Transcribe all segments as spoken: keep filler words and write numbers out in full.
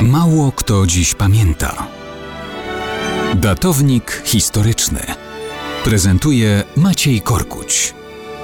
Mało kto dziś pamięta. Datownik historyczny prezentuje Maciej Korkuć.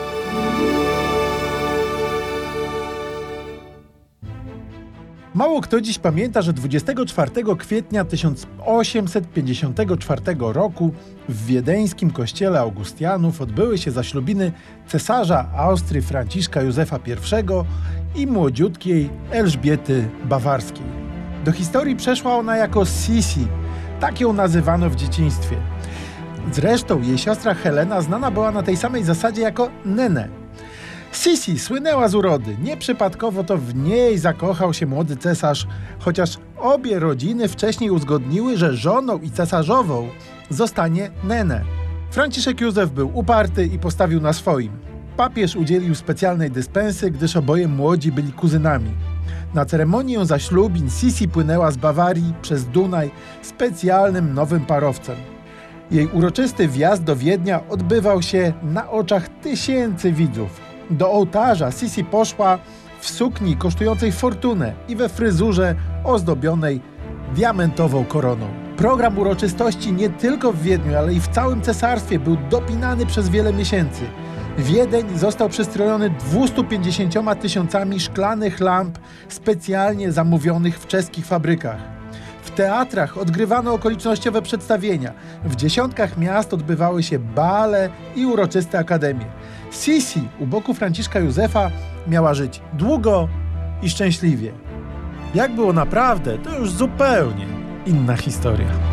Mało kto dziś pamięta, że dwudziestego czwartego kwietnia tysiąc osiemset pięćdziesiątego czwartego roku w wiedeńskim kościele Augustianów odbyły się zaślubiny cesarza Austrii Franciszka Józefa pierwszego i młodziutkiej Elżbiety Bawarskiej. Do historii przeszła ona jako Sisi, tak ją nazywano w dzieciństwie. Zresztą jej siostra Helena znana była na tej samej zasadzie jako Nene. Sisi słynęła z urody. Nieprzypadkowo to w niej zakochał się młody cesarz, chociaż obie rodziny wcześniej uzgodniły, że żoną i cesarzową zostanie Nene. Franciszek Józef był uparty i postawił na swoim. Papież udzielił specjalnej dyspensy, gdyż oboje młodzi byli kuzynami. Na ceremonię zaślubin Sisi płynęła z Bawarii przez Dunaj specjalnym nowym parowcem. Jej uroczysty wjazd do Wiednia odbywał się na oczach tysięcy widzów. Do ołtarza Sisi poszła w sukni kosztującej fortunę i we fryzurze ozdobionej diamentową koroną. Program uroczystości nie tylko w Wiedniu, ale i w całym cesarstwie był dopinany przez wiele miesięcy. Wiedeń został przystrojony dwieście pięćdziesiąt tysiącami szklanych lamp specjalnie zamówionych w czeskich fabrykach. W teatrach odgrywano okolicznościowe przedstawienia. W dziesiątkach miast odbywały się bale i uroczyste akademie. Sisi u boku Franciszka Józefa miała żyć długo i szczęśliwie. Jak było naprawdę, to już zupełnie inna historia.